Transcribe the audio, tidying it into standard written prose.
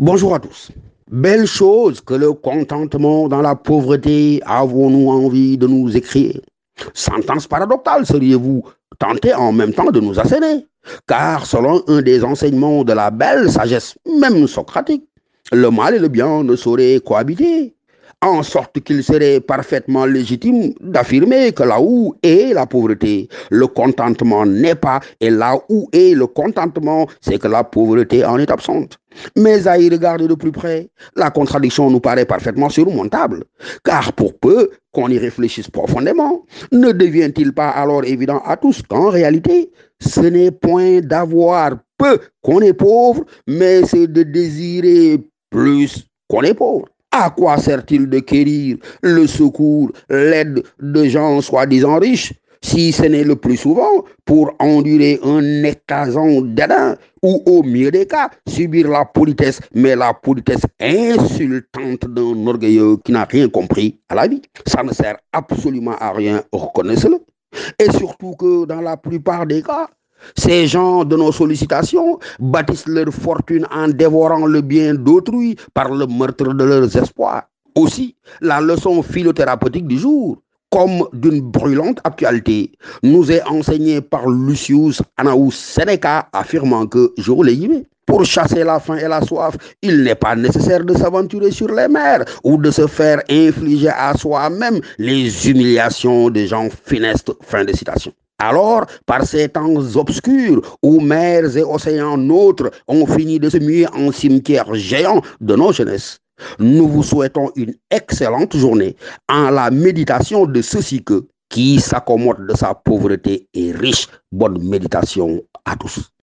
Bonjour à tous. Belle chose que le contentement dans la pauvreté, avons-nous envie de nous écrire? Sentence paradoxale, seriez-vous tenté en même temps de nous asséner? Car selon un des enseignements de la belle sagesse, même socratique, le mal et le bien ne sauraient cohabiter, en sorte qu'il serait parfaitement légitime d'affirmer que là où est la pauvreté, le contentement n'est pas, et là où est le contentement, c'est que la pauvreté en est absente. Mais à y regarder de plus près, la contradiction nous paraît parfaitement surmontable, car pour peu qu'on y réfléchisse profondément, ne devient-il pas alors évident à tous qu'en réalité, ce n'est point d'avoir peu qu'on est pauvre, mais c'est de désirer plus qu'on est pauvre? À quoi sert-il de quérir le secours, l'aide de gens soi-disant riches, si ce n'est le plus souvent pour endurer un écrasant dédain ou au mieux des cas, subir la politesse, mais la politesse insultante d'un orgueilleux qui n'a rien compris à la vie? Ça ne sert absolument à rien, reconnaissez-le. Et surtout que dans la plupart des cas, ces gens de nos sollicitations bâtissent leur fortune en dévorant le bien d'autrui par le meurtre de leurs espoirs. Aussi, la leçon philothérapeutique du jour, comme d'une brûlante actualité, nous est enseignée par Lucius Annaeus Seneca, affirmant que, je vous l'ai dit, pour chasser la faim et la soif, il n'est pas nécessaire de s'aventurer sur les mers ou de se faire infliger à soi-même les humiliations des gens funestes. Fin de citation. Alors, par ces temps obscurs où mers et océans nôtres ont fini de se muer en cimetière géant de nos jeunesses, nous vous souhaitons une excellente journée en la méditation de ceci que qui s'accommode de sa pauvreté est riche. Bonne méditation à tous.